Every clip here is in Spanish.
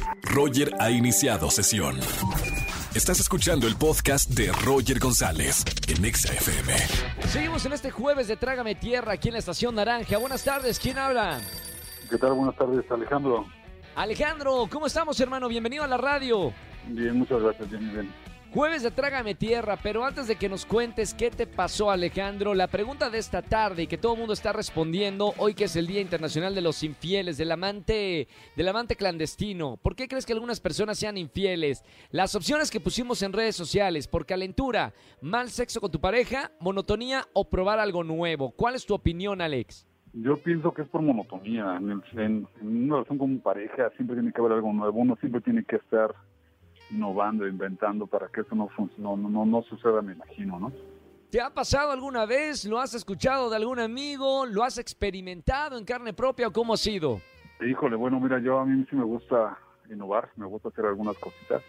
Roger ha iniciado sesión. Estás escuchando el podcast de Roger González en Exa FM. Seguimos en este jueves de Trágame Tierra aquí en la Estación Naranja. Buenas tardes, ¿quién habla? ¿Qué tal? Buenas tardes, Alejandro. Alejandro, ¿cómo estamos, hermano? Bienvenido a la radio. Bien, muchas gracias, bien. Jueves de Trágame Tierra, pero antes de que nos cuentes qué te pasó, Alejandro, la pregunta de esta tarde y que todo el mundo está respondiendo, hoy que es el Día Internacional de los Infieles, del amante clandestino, ¿por qué crees que algunas personas sean infieles? Las opciones que pusimos en redes sociales: por calentura, mal sexo con tu pareja, monotonía o probar algo nuevo. ¿Cuál es tu opinión, Alex? Yo pienso que es por monotonía. En una relación con pareja siempre tiene que haber algo nuevo. Uno siempre tiene que estar innovando, inventando para que eso no suceda, me imagino, ¿no? ¿Te ha pasado alguna vez? ¿Lo has escuchado de algún amigo? ¿Lo has experimentado en carne propia o cómo ha sido? Híjole, bueno, mira, a mí sí me gusta innovar, me gusta hacer algunas cositas.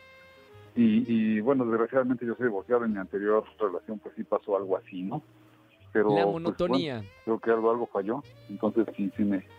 Y bueno, desgraciadamente yo soy divorciado. En mi anterior relación pues sí pasó algo así, ¿no? Pero la monotonía. Pues, bueno, creo que algo falló. Entonces sí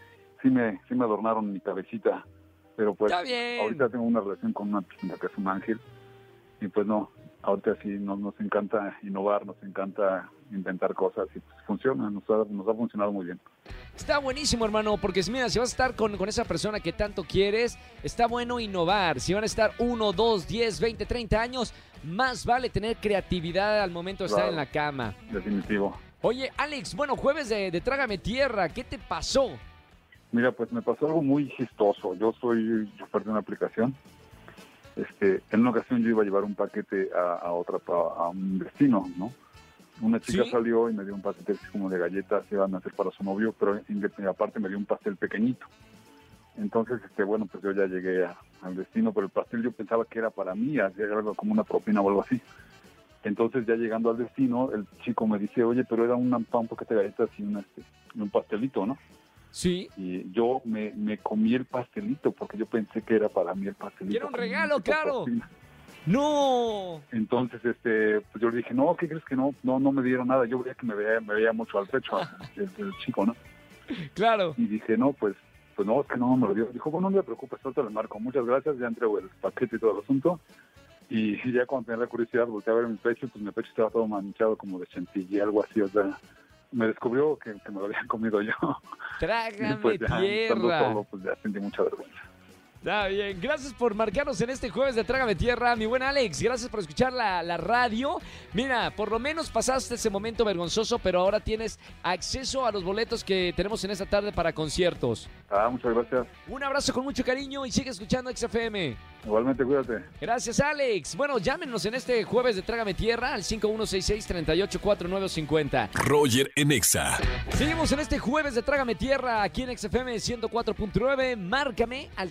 me adornaron mi cabecita. Pero pues ahorita tengo una relación con una persona que es un ángel. Y pues no, ahorita sí nos encanta innovar, nos encanta inventar cosas y pues funciona, nos ha funcionado muy bien. Está buenísimo, hermano, porque mira, si vas a estar con esa persona que tanto quieres, está bueno innovar. Si van a estar 1, 2, 10, 20, 30 años, más vale tener creatividad al momento de estar en la cama. Definitivo. Oye, Alex, bueno, jueves de Trágame Tierra, ¿qué te pasó? Mira, pues me pasó algo muy chistoso. Yo soy chofer de una aplicación. En una ocasión yo iba a llevar un paquete a un destino, ¿no? Una chica salió y me dio un paquete como de galletas que iban a hacer para su novio, pero aparte me dio un pastel pequeñito. Entonces, bueno, pues yo ya llegué al destino, pero el pastel yo pensaba que era para mí, hacía algo como una propina o algo así. Entonces, ya llegando al destino, el chico me dice, oye, pero era un paquete de galletas y un pastelito, ¿no? Sí. Y yo me comí el pastelito porque yo pensé que era para mí el pastelito. ¡Era un regalo, claro! ¡No! Entonces, pues yo le dije, no, ¿qué crees que no me dieron nada? Yo veía que me veía mucho al pecho el chico, ¿no? Claro. Y dije, no, pues no, es que no me lo dio. Dijo, bueno, no me preocupes, ahorita le marco. Muchas gracias, ya entrego el paquete y todo el asunto. Y ya cuando tenía la curiosidad, volteé a ver mi pecho, pues mi pecho estaba todo manchado como de chantilly, algo así, o sea, me descubrió que me lo habían comido yo. Trágame pues ya, tierra. Solo, pues ya sentí mucha vergüenza. Está bien, gracias por marcarnos en este jueves de Trágame Tierra, mi buen Alex. Gracias por escuchar la radio. Mira, por lo menos pasaste ese momento vergonzoso, pero ahora tienes acceso a los boletos que tenemos en esta tarde para conciertos. Muchas gracias. Un abrazo con mucho cariño y sigue escuchando XFM. Igualmente, cuídate. Gracias, Alex. Bueno, llámenos en este jueves de Trágame Tierra al 5166-384950. Roger en Exa. Seguimos en este jueves de Trágame Tierra aquí en XFM 104.9. Márcame al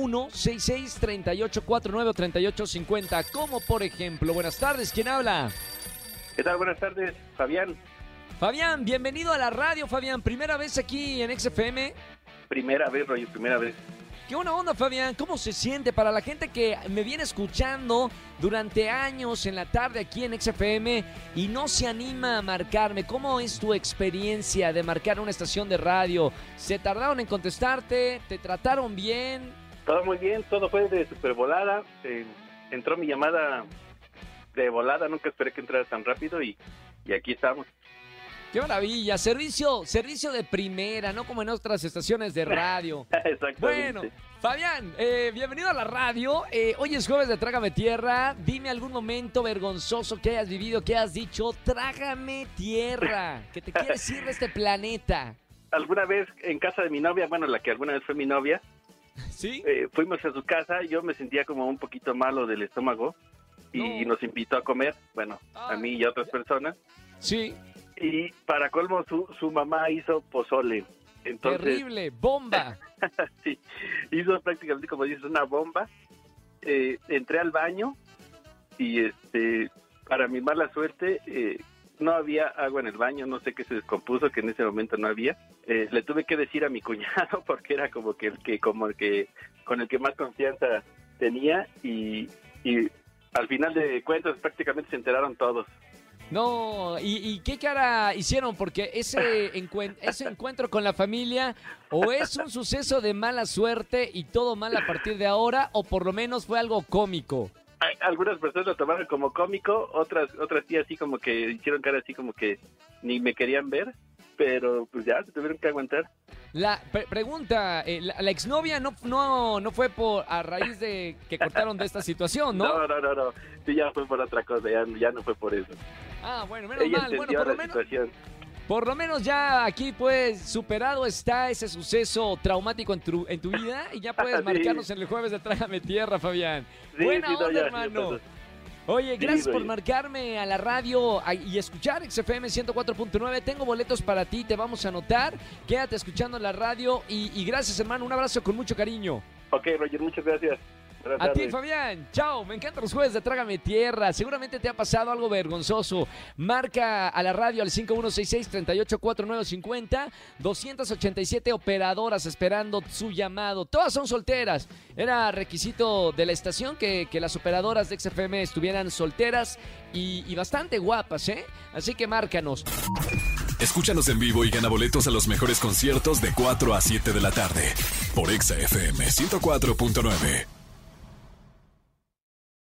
5166-3849-3850. Como por ejemplo, buenas tardes, ¿quién habla? ¿Qué tal? Buenas tardes, Fabián. Fabián, bienvenido a la radio, Fabián. ¿Primera vez aquí en XFM? Primera vez, Roger, primera vez. ¿Qué buena onda, Fabián? ¿Cómo se siente para la gente que me viene escuchando durante años en la tarde aquí en XFM y no se anima a marcarme? ¿Cómo es tu experiencia de marcar una estación de radio? ¿Se tardaron en contestarte? ¿Te trataron bien? Todo muy bien, todo fue de super volada. Entró mi llamada de volada, nunca esperé que entrara tan rápido y aquí estamos. ¡Qué maravilla! Servicio de primera, no como en otras estaciones de radio. Exactamente. Bueno, Fabián, bienvenido a la radio. Hoy es jueves de Trágame Tierra. Dime algún momento vergonzoso que hayas vivido, que has dicho, trágame tierra, que te quieres ir de este planeta. Alguna vez en casa de mi novia, bueno, la que alguna vez fue mi novia, ¿sí? Fuimos a su casa, yo me sentía como un poquito malo del estómago y nos invitó a comer, bueno, a mí y a otras personas. Sí. Y para colmo, su mamá hizo pozole. Entonces, terrible, bomba. Sí, hizo prácticamente, como dices, una bomba. Entré al baño y para mi mala suerte no había agua en el baño, no sé qué se descompuso, que en ese momento no había. Le tuve que decir a mi cuñado porque era como que el que con el que más confianza tenía y al final de cuentas prácticamente se enteraron todos. No, ¿y qué cara hicieron? Porque ese encuentro con la familia, o es un suceso de mala suerte y todo mal a partir de ahora, o por lo menos fue algo cómico. Algunas personas lo tomaron como cómico, otras sí así como que hicieron cara así como que ni me querían ver, pero pues ya se tuvieron que aguantar. La pregunta, la exnovia no fue a raíz de que cortaron de esta situación, ¿no? No, sí, ya fue por otra cosa, ya no fue por eso. Ah, bueno, menos Ella mal, entendió la situación. Por lo menos ya aquí, pues, superado está ese suceso traumático en tu vida y ya puedes Sí. marcarnos en el jueves de Trágame Tierra, Fabián. Sí, Buena sí, no, onda, ya, hermano. sí, Oye, gracias por Roger. marcarme a la radio y escuchar XFM 104.9. Tengo boletos para ti, te vamos a anotar. Quédate escuchando la radio y gracias, hermano. Un abrazo con mucho cariño. Ok, Roger, muchas gracias. Buenas A ti, tardes. Fabián. Chao. Me encantan los jueves de Trágame Tierra. Seguramente te ha pasado algo vergonzoso. Marca a la radio al 5166-384950. 287 operadoras esperando su llamado. Todas son solteras. Era requisito de la estación que las operadoras de XFM estuvieran solteras y bastante guapas, ¿eh? Así que márcanos. Escúchanos en vivo y gana boletos a los mejores conciertos de 4 a 7 de la tarde por XFM 104.9.